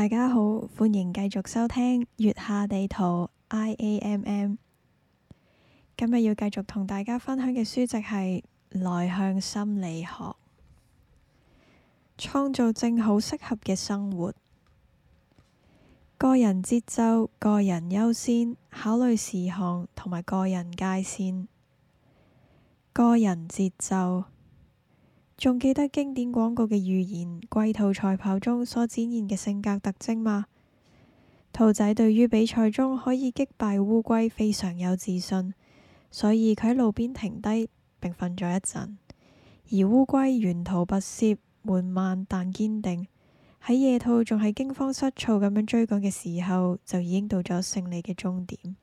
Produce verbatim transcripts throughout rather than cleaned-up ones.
大家好，歡迎繼續收聽月下地圖 I A M M。今日要繼續同大家分享嘅書籍係內向心理學，創造正好適合嘅生活。個人節奏、個人優先、考慮事項同埋個人界線。個人節奏，仲記得經典廣告嘅預言龜兔賽跑中所展現嘅性格特徵嗎？兔仔對於比賽中可以擊敗烏龜非常有自信，所以佢喺路邊停低並瞓咗一陣。而烏龜沿途不涉，緩慢但堅定，喺野兔仲係驚慌失措咁樣追趕嘅時候，就已經到咗勝利嘅終點。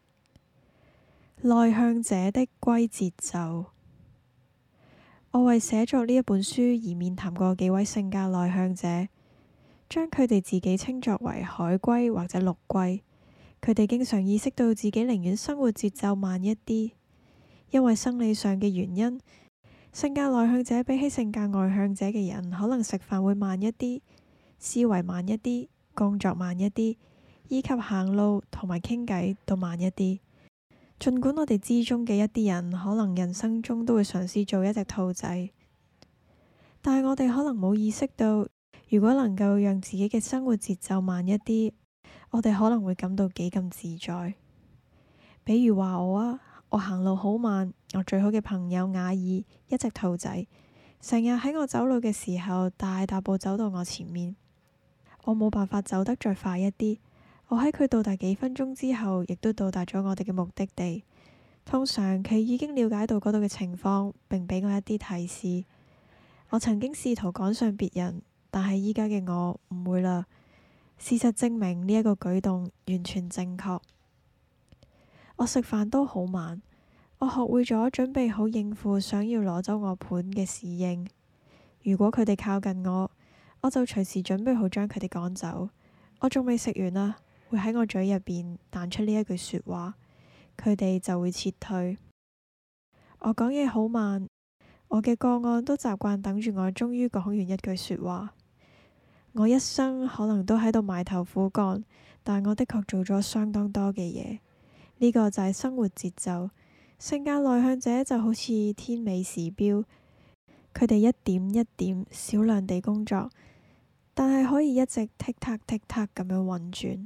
內向者的龜節奏。我為寫作呢一本書而面談過幾位性格內向者，將佢哋自己稱作為海龜或者陸龜。佢哋經常意識到自己寧願生活節奏慢一啲，因為生理上嘅原因，性格內向者比起性格外向者嘅人，可能食飯會慢一啲，思維慢一啲，工作慢一啲，以及行路同埋傾偈都慢一啲。儘管我哋之中嘅一啲人可能人生中都會嘗試做一隻兔仔，但係我哋可能冇意識到，如果能夠讓自己嘅生活節奏慢一啲，我哋可能會感到幾咁自在。比如話我啊，我行路好慢，我最好嘅朋友雅爾，一隻兔仔，成日喺我走路嘅時候大踏步走到我前面，我冇辦法走得再快一啲。我喺佢到達幾分鐘之後，亦都到達咗我哋嘅目的地。通常佢已經了解到嗰度嘅情況，並俾我一啲提示。我曾經試圖趕上別人，但係依家嘅我唔會啦。事實證明呢一個舉動完全正確。我食飯都好慢，我學會咗準備好應付想要攞走我盤嘅侍應。如果佢哋靠近我，我就隨時準備好將佢哋趕走。我仲未食完啊！會喺我嘴入邊彈出呢一句說話，佢哋就會撤退。我講嘢好慢，我嘅個案都習慣等住我終於講完一句說話。我一生可能都喺度埋頭苦幹，但我的確做咗相當多嘅嘢。呢個就係生活節奏。性格內向者就好似天尾時錶，佢哋一點一點少量地工作，但係可以一直剔嗒剔嗒咁樣運轉。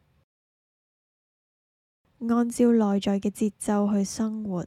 按照內在嘅節奏去生活。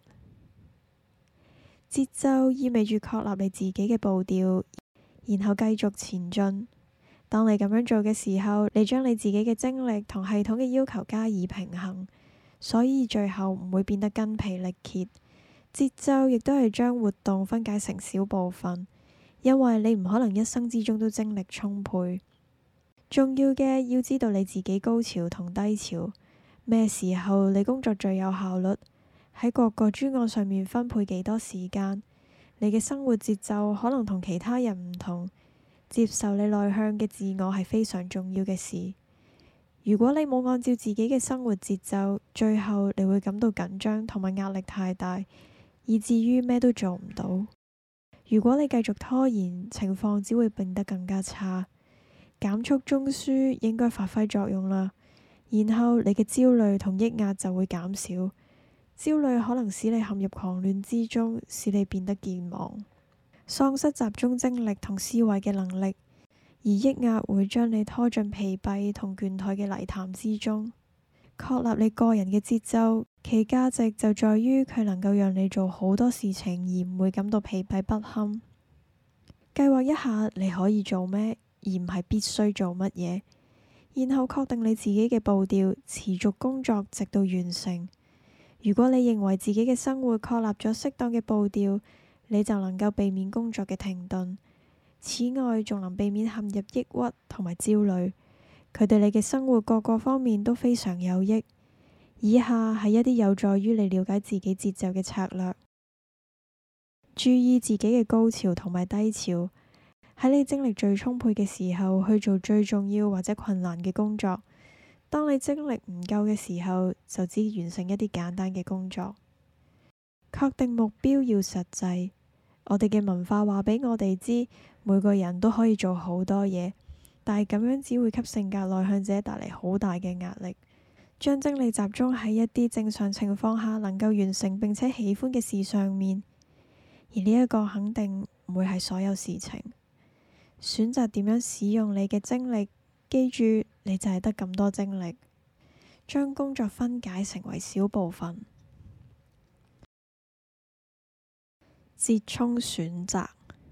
節奏意味住確立你自己嘅步調，然後繼續前進。當你咁樣做嘅時候，你將你自己嘅精力同系統嘅要求加以平衡，所以最後唔會變得筋疲力竭。節奏亦都係將活動分解成小部分，因為你唔可能一生之中都精力充沛。重要嘅要知道你自己高潮同低潮。咩時候你工作最有效率？喺各個專案上面分配幾多時間？你嘅生活節奏可能同其他人唔同。接受你內向嘅自我係非常重要嘅事。如果你冇按照自己嘅生活節奏，最後你會感到緊張同埋壓力太大，以至於咩都做唔到。如果你繼續拖延，情況只會變得更加差。減速中樞應該發揮作用啦。然後你嘅焦慮同抑壓就會減少。焦慮可能使你陷入狂亂之中，使你變得健忘，喪失集中精力同思維嘅能力；而抑壓會將你拖進疲憊同倦怠嘅泥潭之中。確立你個人嘅節奏，其價值就在於佢能夠讓你做好多事情而唔會感到疲憊不堪。計劃一下你可以做咩，而唔係必須做乜嘢。然後確定你自己嘅步調，持續工作直到完成。如果你認為自己嘅生活確立咗適當嘅步調，你就能夠避免工作嘅停頓。此外，仲能避免陷入抑鬱同埋焦慮。佢對你嘅生活各個方面都非常有益。以下係一啲有助於你了解自己節奏嘅策略。注意自己嘅高潮同埋低潮。喺你精力最充沛嘅時候去做最重要或者困難嘅工作。當你精力唔夠嘅時候，就只完成一啲簡單嘅工作。確定目標要實際。我哋嘅文化話俾我哋知，每個人都可以做好多嘢， 但係咁樣只會給性格內向者帶嚟好大嘅壓力。將精力集中喺一啲正常情況下能夠完成並且喜歡嘅事上面，而呢一個肯定唔會係所有事情。選擇點樣使用你嘅精力，記住你就係得咁多精力。將工作分解成為小部分。折衷選擇，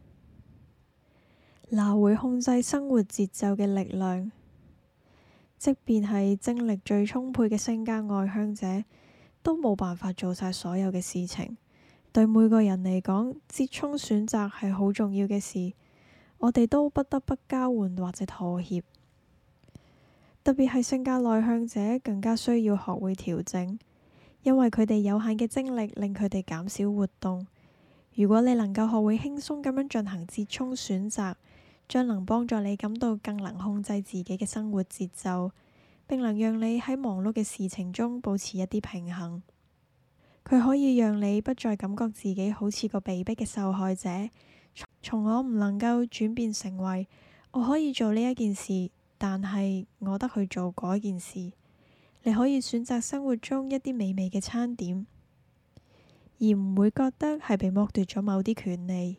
拿回控制生活節奏嘅力量。即便係精力最充沛嘅性格外向者，都冇辦法做晒所有嘅事情。對每個人嚟講，折衷選擇係好重要嘅事，我哋都不得不交換或者妥協。特別係性格內向者更加需要學會調整，因為佢哋有限嘅精力令佢哋減少活動。如果你能夠學會輕鬆咁樣進行折衷選擇，將能幫助你感到更能控制自己嘅生活節奏，並能讓你喺忙碌嘅事情中保持一啲平衡。佢可以讓你不再感覺自己好似個被逼嘅受害者，從我唔能夠轉變成為我可以做呢一件事，但係我得去做嗰件事。你可以選擇生活中一啲美味嘅餐點，而唔會覺得係被剝奪咗某啲權利。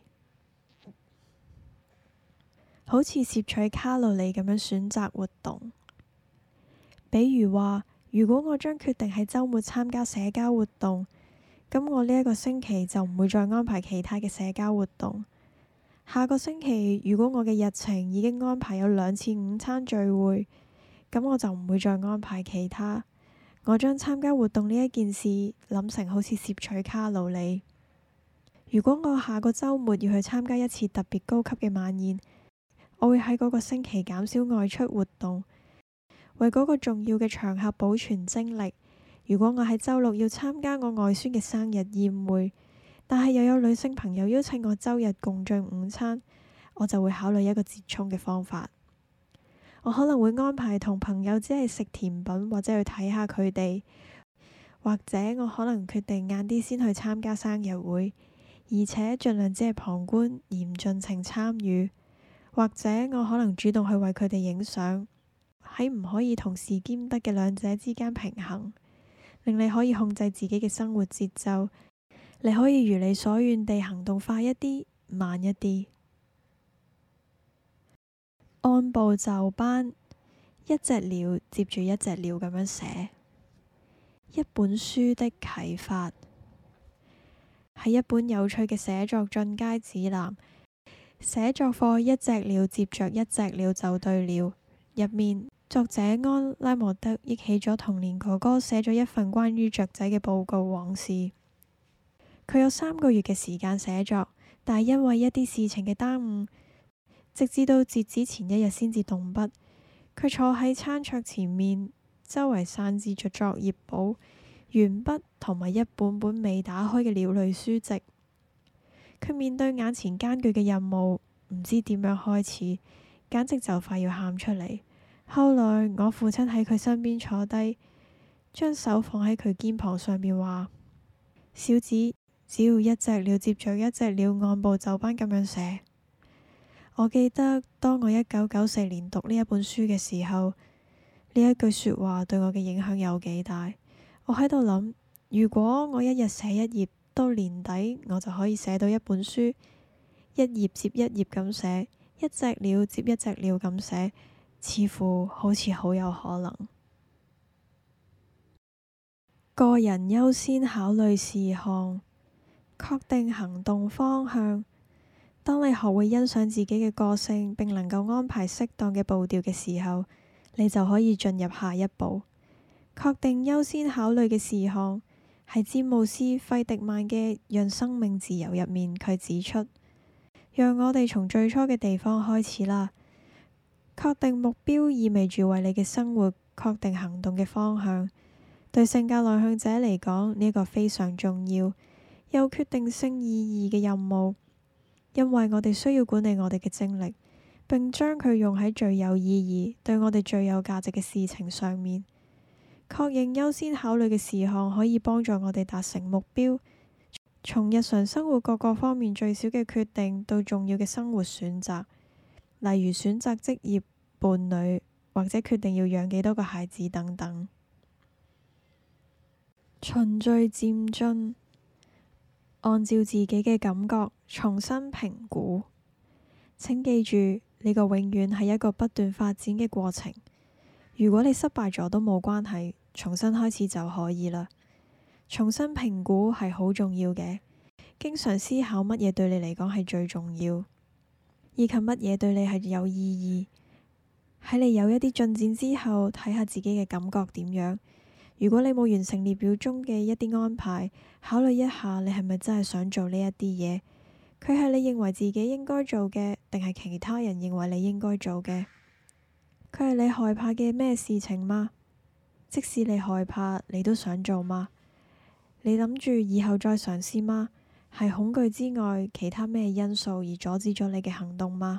好似攝取卡路里咁樣選擇活動，比如話，如果我將決定喺週末參加社交活動，咁我呢一個星期就唔會再安排其他嘅社交活動。下個星期如果我嘅日程已經安排有兩次午餐聚會，咁我就唔會再安排其他。我將參加活動呢一件事諗成好似攝取卡路里。如果我下個週末要去參加一次特別高級嘅晚宴，我會喺嗰個星期減少外出活動，為嗰個重要嘅場合保存精力。如果我喺週六要參加我外孫嘅生日宴會，但係又有女性朋友邀請我週日共進午餐，我就會考慮一個折衷嘅方法。我可能會安排同朋友只係食甜品或者去睇下佢哋，或者我可能決定晏啲先去參加生日會，而且盡量只係旁觀而唔盡情參與。或者我可能主動去為佢哋影相，喺唔可以同時兼得嘅兩者之間平衡，令你可以控制自己嘅生活節奏。你可以如你所願地行動快一啲，慢一啲。按部就班，一隻鳥接住一隻鳥咁樣寫。一本書的啟發，係一本有趣嘅寫作進階指南。寫作課一隻鳥接着一隻鳥就對了。入面作者安拉莫德憶起咗童年哥哥寫咗一份關於雀仔嘅報告往事。佢有三個月嘅時間寫作，但係因為一啲事情嘅耽誤，直至到截止前一日先至動筆。佢坐喺餐桌前面，周圍散置着作業簿、鉛筆同埋一本本未打開嘅鳥類書籍。佢面對眼前艱巨嘅任務，唔知點樣開始，簡直就快要喊出嚟。後來我父親喺佢身邊坐低，將手放喺佢肩膀上面話：小子，只要一隻鳥接着一隻鳥，按部就班咁樣寫。我記得當我一九九四年讀呢一本書嘅時候，呢一句說話對我嘅影響有幾大。我喺度諗，如果我一日寫一頁，到年底我就可以寫到一本書，一頁接一頁咁寫，一隻鳥接一隻鳥咁寫，似乎好似好有可能。個人優先考慮事項，確定行動方向。當你學會欣賞自己嘅個性，並能夠安排適當嘅步調嘅時候，你就可以進入下一步。確定優先考慮嘅事項，係詹姆斯·費迪曼嘅《讓生命自由》入面，佢指出，讓我哋從最初嘅地方開始啦。確定目標意味住為你嘅生活確定行動嘅方向。對性格內向者嚟講，呢個非常重要，有決定性意義嘅任務，因為我哋需要管理我哋嘅精力，並將佢用喺最有意義、對我哋最有價值嘅事情上面。確認優先考慮嘅事項可以幫助我哋達成目標，從日常生活各個方面最小嘅決定到重要嘅生活選擇，例如選擇職業、 伴侶，或者決定要養幾多個孩子等等。循序漸進，按照自己嘅感覺重新評估。請記住，呢個永遠係一個不斷發展嘅過程。如果你失敗咗都冇關係，重新開始就可以啦。重新評估係好重要嘅，經常思考乜嘢對你嚟講係最重要，以及乜嘢對你係有意義。喺你有一啲進展之後，睇下自己嘅感覺點樣。如果你冇完成列表中嘅一啲安排，考慮一下你係咪真係想做呢一啲嘢？佢係你認為自己應該做嘅，定係其他人認為你應該做嘅？佢係你害怕嘅咩事情嗎？即使你害怕，你都想做嗎？你諗住以後再嘗試嗎？係恐懼之外，其他咩因素而阻止咗你嘅行動嗎？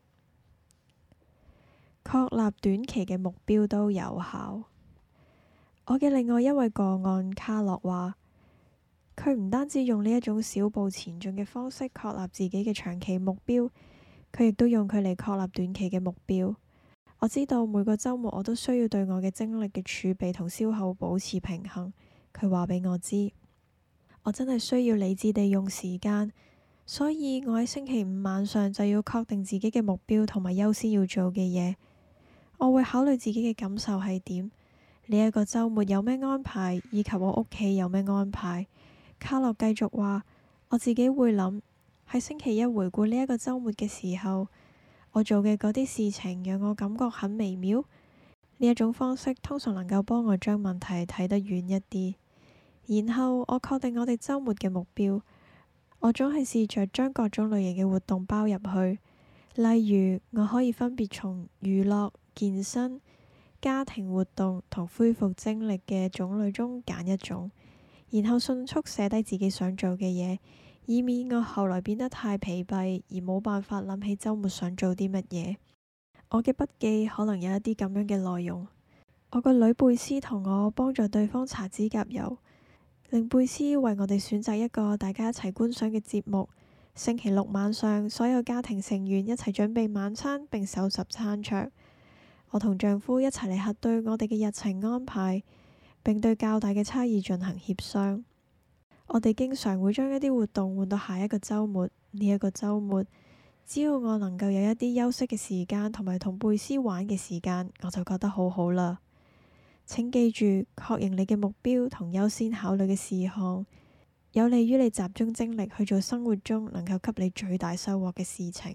確立短期嘅目標都有效。我嘅另外一位個案卡洛話，佢唔單止用呢一種小步前進嘅方式確立自己嘅長期目標，佢亦都用佢嚟確立短期嘅目標。我知道每個週末我都需要對我嘅精力嘅儲備同消耗保持平衡。佢話俾我知，我真係需要理智地用時間，所以我喺星期五晚上就要確定自己嘅目標同埋優先要做嘅嘢。我會考慮自己嘅感受係點，呢一個週末有咩安排，以及我屋企有咩安排。卡洛繼續話，我自己會諗喺星期一回顧呢一個週末嘅時候，我做嘅嗰啲事情讓我感覺很微妙。呢一種方式通常能夠幫我將問題睇得遠一啲。然後我確定我哋週末嘅目標，我總係試着將各種類型嘅活動包入去。例如，我可以分別從娛樂、健身、家庭活動同恢復精力嘅種類中揀一種，然後迅速寫低自己想做嘅嘢，以免我後來變得太疲憊而冇辦法諗起週末想做啲乜嘢。我嘅筆記可能有一啲咁樣嘅內容。我個女貝斯同我幫助對方搽指甲油，令貝斯為我哋選擇一個大家一齊觀賞嘅節目。星期六晚上，所有家庭成員一齊準備晚餐並收拾餐桌。我同丈夫一齊嚟核對我哋嘅日程安排，並對較大嘅差異進行協商。我哋經常會將一啲活動換到下一個週末。呢一個週末，只要我能夠有一啲休息嘅時間同埋同貝斯玩嘅時間，我就覺得好好啦。請記住，確認你嘅目標同優先考慮嘅事項，有利於你集中精力去做生活中能夠給你最大收穫嘅事情。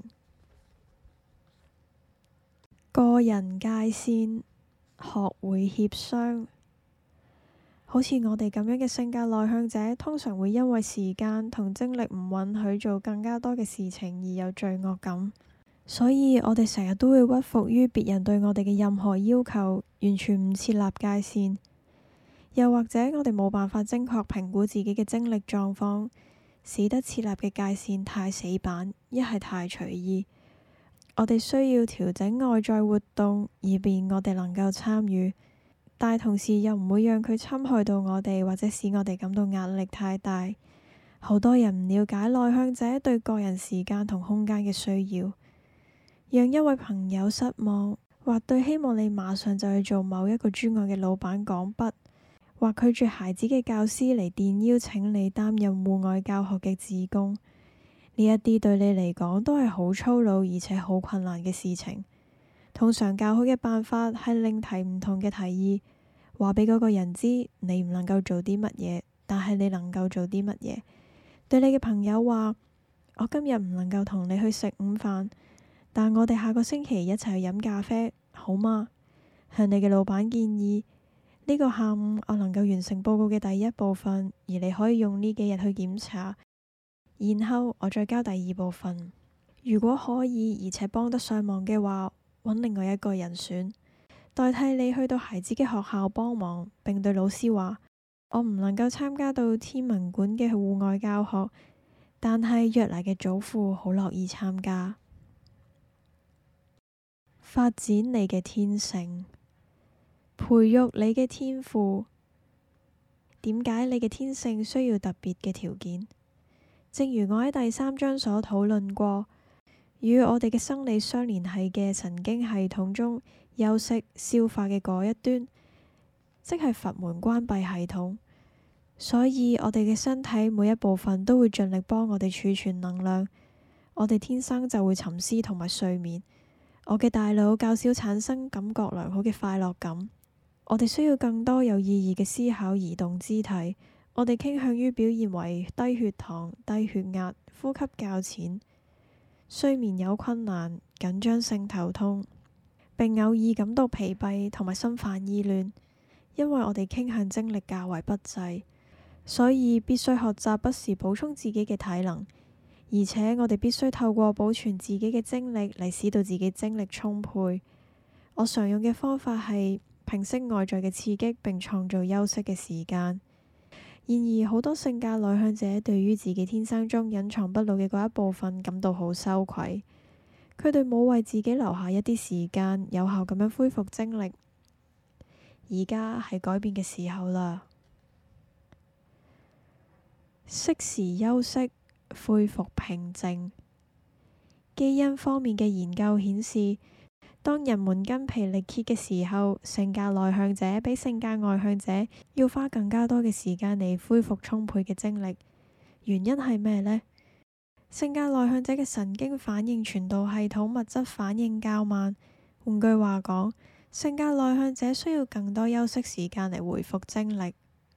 個人界線，學會協商。好似我哋咁樣嘅性格內向者，通常會因為時間同精力唔允許做更加多嘅事情而有罪惡感，所以我哋成日都會屈服於別人對我哋嘅任何要求，完全唔設立界線。又或者我哋冇辦法精確評估自己嘅精力狀況，使得設立嘅界線太死板，一係太隨意。我哋需要調整外在活動，以便我哋能夠參與，但同時又唔會讓佢侵害到我哋，或者使我哋感到壓力太大。好多人唔了解內向者對個人時間同空間嘅需要。讓一位朋友失望，或對希望你馬上就去做某一個專案嘅老闆講不，或拒絕孩子嘅教師嚟電邀請你擔任戶外教學嘅志工，呢一啲對你嚟講都係好粗魯而且好困難嘅事情。通常較好嘅辦法係另提唔同嘅提議，話俾嗰個人知你唔能夠做啲乜嘢，但係你能夠做啲乜嘢。對你嘅朋友話，我今日唔能夠同你去食午飯，但我哋下個星期一齊去飲咖啡，好嗎？向你嘅老闆建議，呢個下午我能夠完成報告嘅第一部分，而你可以用呢幾日去檢查，然後我再交第二部分。如果可以而且幫得上忙嘅話，揾另外一個人選代替你去到孩子嘅學校幫忙，並對老師話，我唔能夠參加到天文館嘅戶外教學，但係約嚟嘅祖父好樂意參加。發展你嘅天性，培育你嘅天賦。點解你嘅天性需要特別嘅條件？正如我喺第三章所討論過， 與我哋嘅生理相連繫嘅神經系統中休息消化嘅嗰一端，即係閥門關閉系統。所以我哋嘅身體每一部分都會盡力幫我哋儲存能量。我哋天生就會沉思同埋睡眠。我嘅大腦較少產生感覺良好嘅快樂感。我哋需要更多有意義嘅思考移動肢體。我哋傾向於表現為低血糖、低血壓、呼吸較淺、睡眠有困難、緊張性頭痛，並偶爾感到疲憊同埋心煩意亂，因為我哋傾向精力較為不濟，所以必須學習不時補充自己嘅體能。而且我哋必須透過保存自己嘅精力嚟使到自己精力充沛。我常用嘅方法係平息外在嘅刺激，並創造休息嘅時間。然而，好多性格內向者對於自己天生中隱藏不露嘅嗰一部分感到好羞愧。佢哋冇為自己留下一啲時間，有效咁樣恢復精力。而家係改變嘅時候啦，適時休息，恢復平靜。基因方面嘅研究顯示，當人們筋疲力竭嘅時候，性格內向者比性格外向者要花更加多嘅時間嚟恢復充沛嘅精力。原因係咩呢？性格內向者嘅神經反應傳導系統物質反應較慢。換句話講，性格內向者需要更多休息時間嚟恢復精力。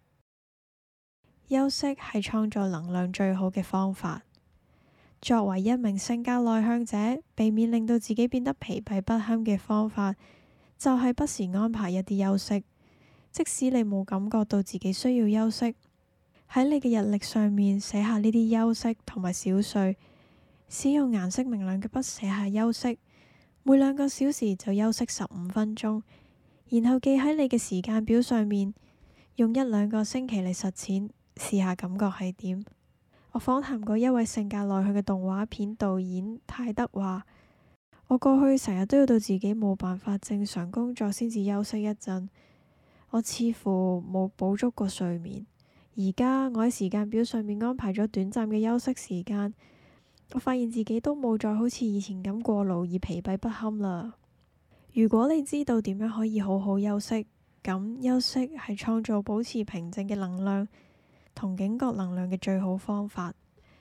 休息係創造能量最好嘅方法。作為一名性格內向者，避免令到自己變得疲憊不堪嘅方法，就係不時安排一啲休息。即使你冇感覺到自己需要休息，喺你嘅日曆上面寫下呢啲休息同埋小睡，使用顏色明亮嘅筆寫下休息，每兩個小時就休息十五分鐘，然後記喺你嘅時間表上面，用一兩個星期嚟實踐。試下感覺係點？我訪談過一位性格內向嘅動畫片導演泰德話：我過去成日都要到自己冇辦法正常工作先至休息一陣，我似乎冇補足過睡眠。而家我喺時間表上面安排咗短暫嘅休息時間，我發現自己都冇再好似以前咁過勞而疲憊不堪啦。如果你知道點樣可以好好休息，咁休息係創造保持平靜嘅能量同警覺能量嘅最好方法，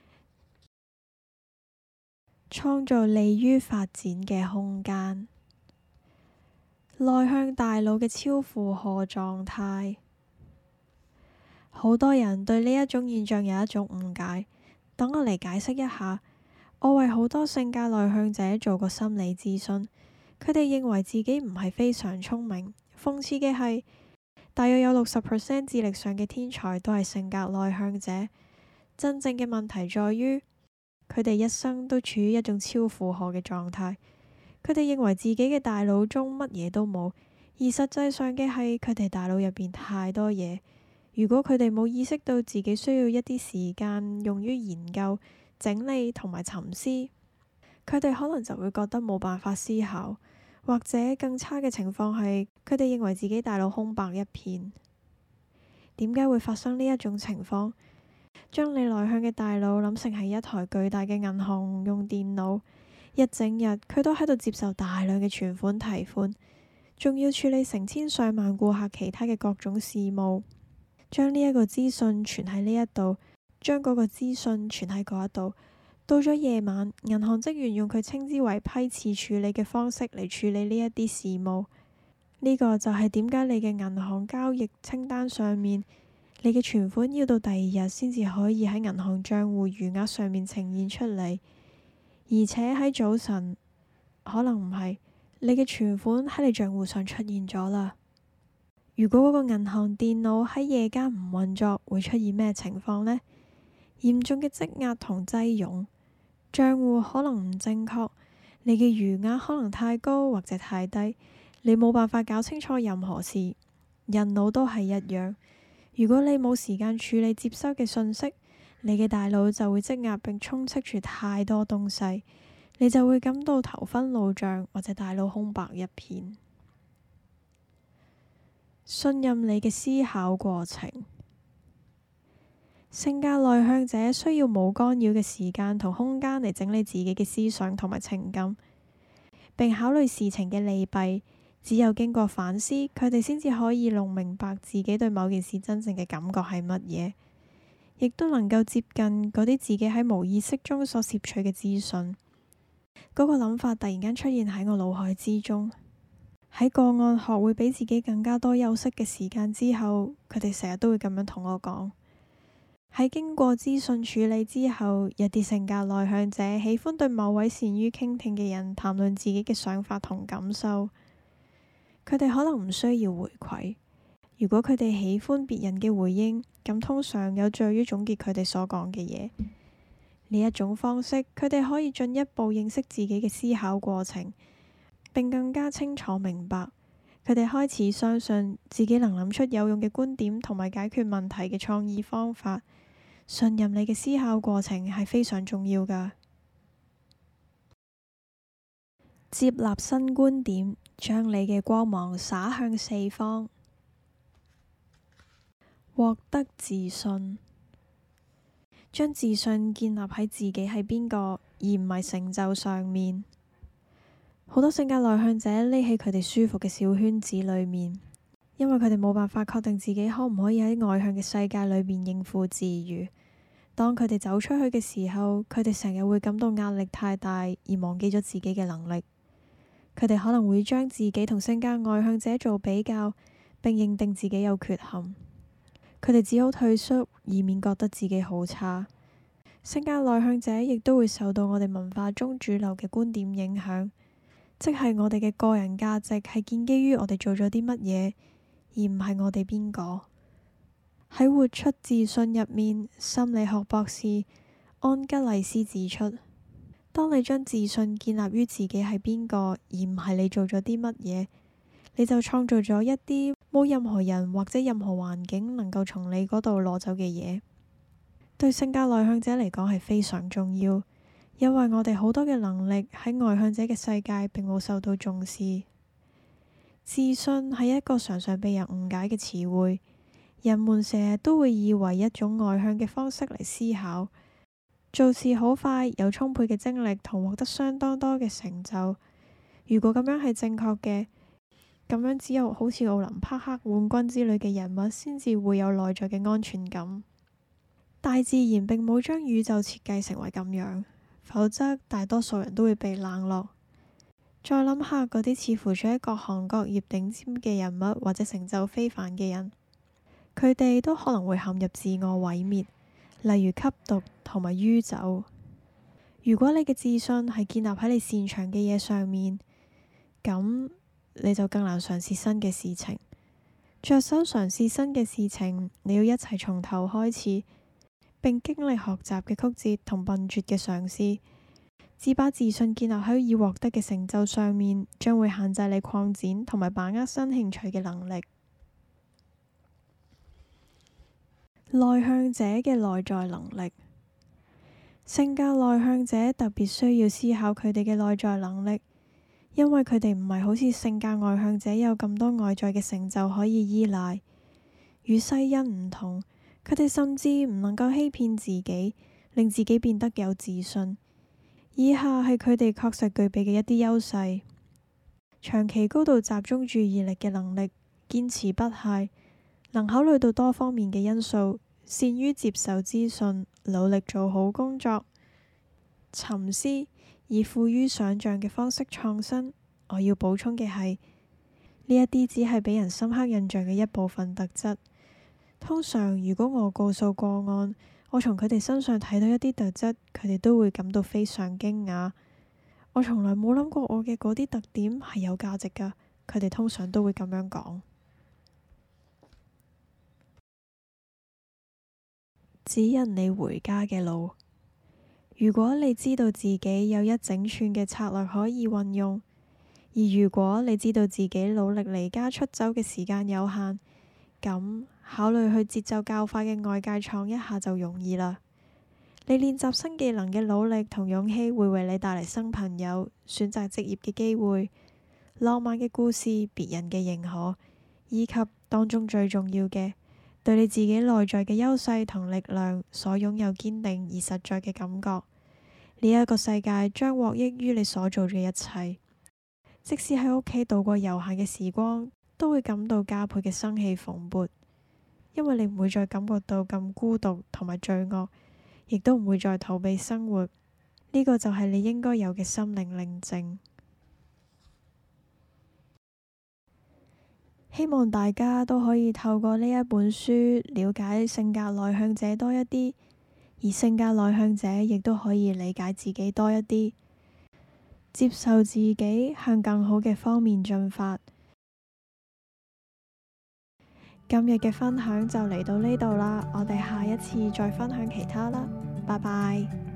創造利於發展嘅空間。內向大腦嘅超負荷狀態，好多人對呢一種現象有一種誤解。等我嚟解釋一下。我為好多性格內向者做過心理諮詢，佢哋認為自己唔係非常聰明。諷刺嘅係，大約有六十 percent 智力上嘅天才都係性格內向者。真正嘅問題在於，佢哋一生都處於一種超負荷嘅狀態。佢哋認為自己嘅大腦中乜嘢都冇，而實際上嘅係佢哋大腦入邊太多嘢。如果佢哋冇意識到自己需要一啲時間用於研究、整理同埋沉思，佢哋可能就會覺得冇辦法思考，或者更差嘅情況係佢哋認為自己大腦空白一片。點解會發生呢一種情況？將你內向嘅大腦諗成係一台巨大嘅銀行用電腦，一整日佢都喺度接受大量嘅存款提款，仲要處理成千上萬顧客其他嘅各種事務，將呢一個資訊存喺呢一度，將嗰個資訊存喺嗰一度。到咗夜晚，銀行職員用佢稱之為批次處理嘅方式嚟處理呢一啲事務。呢個就係點解你嘅銀行交易清單上面，你嘅存款要到第二日先至可以喺銀行賬戶餘額上面呈現出嚟，而且喺早晨可能唔係，你嘅存款喺你賬戶上出現咗啦。如果嗰個銀行電腦喺夜間唔運作，會出現咩情況呢？嚴重嘅積壓同擠擁，賬戶可能唔正確，你嘅餘額可能太高或者太低，你冇辦法搞清楚任何事。人腦都係一樣，如果你冇時間處理接收嘅信息，你嘅大腦就會積壓並充斥住太多東西，你就會感到頭昏腦脹或者大腦空白一片。信任你嘅思考過程。 性格內向者需要冇干擾嘅時間同空間嚟整理自己嘅思想同埋情感，並考慮事情嘅利弊。只有經過反思，佢哋先至可以弄明白自己對某件事真正嘅感覺係乜嘢，亦都能夠接近嗰啲自己喺無意識中所攝取嘅資訊。嗰個諗法突然間出現喺我腦海之中。喺個案學會俾自己更加多休息嘅時間之後，佢哋成日都會咁樣同我講。喺經過資訊處理之後，一啲性格內向者喜歡對某位善於傾聽嘅人談論自己嘅想法同感受。佢哋可能唔需要回饋。如果佢哋喜歡別人嘅回應，咁通常有助於總結佢哋所講嘅嘢。呢一種方式，佢哋可以進一步認識自己嘅思考過程，並更加清楚明白。佢哋開始相信自己能諗出有用嘅觀點同埋解決問題嘅創意方法。信任你嘅思考過程係非常重要㗎。接納新觀點，將你嘅光芒灑向四方。獲得自信，將自信建立喺自己係邊個，而唔係成就上面。好多性格內向者匿喺佢哋舒服嘅小圈子裏面，因為佢哋冇辦法確定自己可唔可以喺外向嘅世界裏面應付自如。當佢哋走出去嘅時候，佢哋成日會感到壓力太大，而忘記咗自己嘅能力。佢哋可能會將自己同性格外向者做比較，並認定自己有缺陷。佢哋只好退縮，以免覺得自己好差。性格內向者亦都會受到我哋文化中主流嘅觀點影響，即係我哋嘅個人價值係建基於我哋做咗啲乜嘢，而唔係我哋邊個。喺活出自信入面，心理學博士安吉麗斯指出，當你將自信建立於自己係邊個，而唔係你做咗啲乜嘢，你就創造咗一啲冇任何人或者任何環境能夠從你嗰度攞走嘅嘢。對性格內向者嚟講係非常重要，因為我哋好多嘅能力喺外向者嘅世界並冇受到重視。自信係一個常常被人誤解嘅詞彙，人們成日都會以為一種外向嘅方式嚟思考，做事好快，有充沛嘅精力同獲得相當多嘅成就。如果咁樣係正確嘅，咁樣只有好似奧林匹克冠軍之類嘅人物先至會有內在嘅安全感。大自然並冇將宇宙設計成為咁樣，否則大多數人都會被冷落。再諗下嗰啲似乎處喺各行各業頂尖嘅人物或者成就非凡嘅人，佢哋都可能會陷入自我毀滅，例如吸毒同埋酗酒。如果你嘅自信係建立喺你擅長嘅嘢上面，咁你就更難嘗試新嘅事情。着手嘗試新嘅事情，你要一齊從頭開始，並經歷學習嘅曲折同笨拙嘅嘗試。只把自信建立喺已獲得嘅成就上面，將會限制你擴展同埋把握新興趣嘅能力。內向者嘅內在能力，性格內向者特別需要思考佢哋嘅內在能力，因為佢哋唔係好似性格外向者有咁多外在嘅成就可以依賴。與西恩唔同，佢哋甚至唔能夠欺騙自己，令自己變得有自信。以下係佢哋確實具備嘅一啲優勢：長期高度集中注意力嘅能力，堅持不懈，能考慮到多方面嘅因素，善於接受資訊，努力做好工作，沉思，以富於想象嘅方式創新。我要補充嘅係，呢一啲只係俾人深刻印象嘅一部分特質。通常，如果我告訴個案，我從佢哋身上睇到一啲特質，佢哋都會感到非常驚訝。我從來冇諗過我嘅嗰啲特點係有價值㗎，佢哋通常都會咁樣講。指引你回家嘅路。如果你知道自己有一整串嘅策略可以運用，而如果你知道自己努力離家出走嘅時間有限，咁考慮去節奏較快嘅外界闖一下就容易啦。你練習新技能嘅努力同勇氣會為你帶嚟新朋友、選擇職業嘅機會、浪漫嘅故事、別人嘅認可，以及當中最重要嘅對你自己內在嘅優勢同力量所擁有堅定而實在嘅感覺。呢一個世界將獲益於你所做嘅一切。即使喺屋企度過悠閒嘅時光，都會感到加倍嘅生氣蓬勃，因為你唔會再感覺到咁孤獨同埋罪惡，亦都唔會再逃避生活。呢個就係你應該有嘅心靈寧靜。希望大家都可以透過呢一本書了解性格內向者多一啲，而性格內向者亦都可以理解自己多一啲，接受自己，向更好嘅方面進發。今日嘅分享就嚟到呢度啦，我哋下一次再分享其他啦，拜拜。